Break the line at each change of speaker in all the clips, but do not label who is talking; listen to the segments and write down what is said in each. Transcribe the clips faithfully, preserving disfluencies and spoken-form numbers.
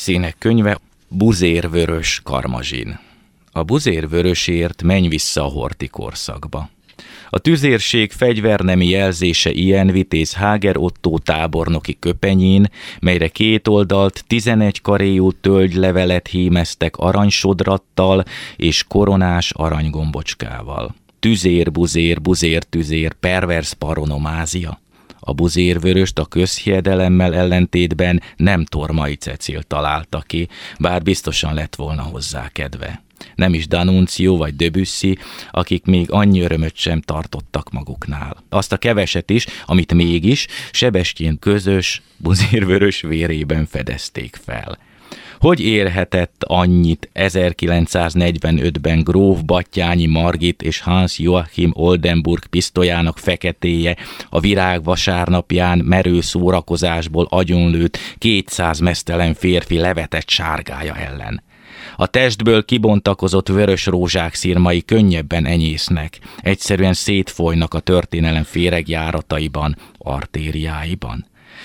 Gyerekszínek könyve Buzérvörös karmazsin. A buzérvörösért menj vissza a horti korszakba. A tüzérség fegyvernemi jelzése ilyen Vitéz Háger Ottó tábornoki köpenyén, melyre két oldalt tizenegy karéjú tölgylevelet hímeztek aranysodrattal és koronás aranygombocskával. Tüzér, buzér, buzér, tüzér, pervers paronomázia. A buzérvöröst a közhiedelemmel ellentétben nem Tormai Cecil találta ki, bár biztosan lett volna hozzá kedve. Nem is D'Annunzio vagy Debussy, akik még annyi örömöt sem tartottak maguknál. Azt a keveset is, amit mégis Sebestyén közös, buzérvörös vérében fedezték fel. Hogy érhetett annyit ezerkilencszáznegyvenötben gróf Batthyány Margit és Hans Joachim Oldenburg pisztolyának feketéje a virág vasárnapján merő szórakozásból agyonlőtt kétszáz meztelen férfi levetett sárgája ellen? A testből kibontakozott vörös rózsák szirmai könnyebben enyésznek, egyszerűen szétfolynak a történelem féregjárataiban, artériáiban.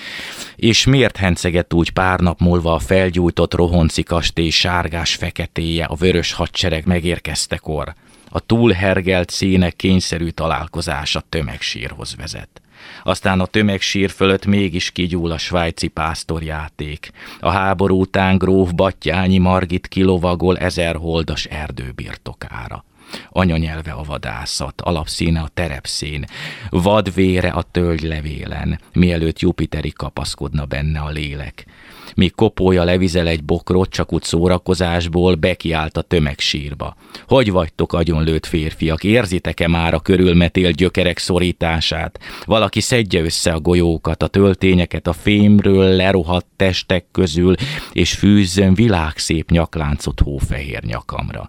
És miért hencegett úgy pár nap múlva a felgyújtott Rohonci kastély sárgás-feketéje a vörös hadsereg megérkeztekor? A túlhergelt színek kényszerű találkozása tömegsírhoz vezet. Aztán a tömegsír fölött mégis kigyúl a svájci pásztorjáték. A háború után gróf Batthyány Margit kilovagol ezerholdas erdőbirtokára. Anyanyelve a vadászat, alapszíne a terepszín, vadvére a tölgylevélen, mielőtt Jupiterig kapaszkodna benne a lélek. Míg kopója levizel egy bokrot, csak úgy szórakozásból, bekiált a tömegsírba. Hogy vagytok agyonlőtt férfiak, érzitek-e már a körülmetélt gyökerek szorítását? Valaki szedje össze a golyókat, a töltényeket a fémről lerohadt testek közül, és fűzzön világszép nyakláncot hófehér nyakamra.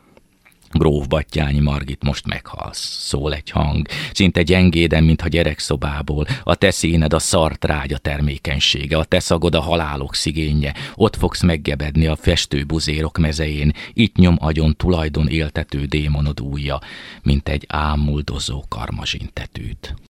Gróf Batthyány Margit, most meghalsz, szól egy hang, szinte gyengéden, mintha gyerekszobából. A te színed a szartrágya termékenysége, a te szagod a halálok szigénye. Ott fogsz meggebedni a festő buzérok mezején, itt nyom agyon tulajdon éltető démonod ujja, mint egy ámuldozó karmazsintetűt.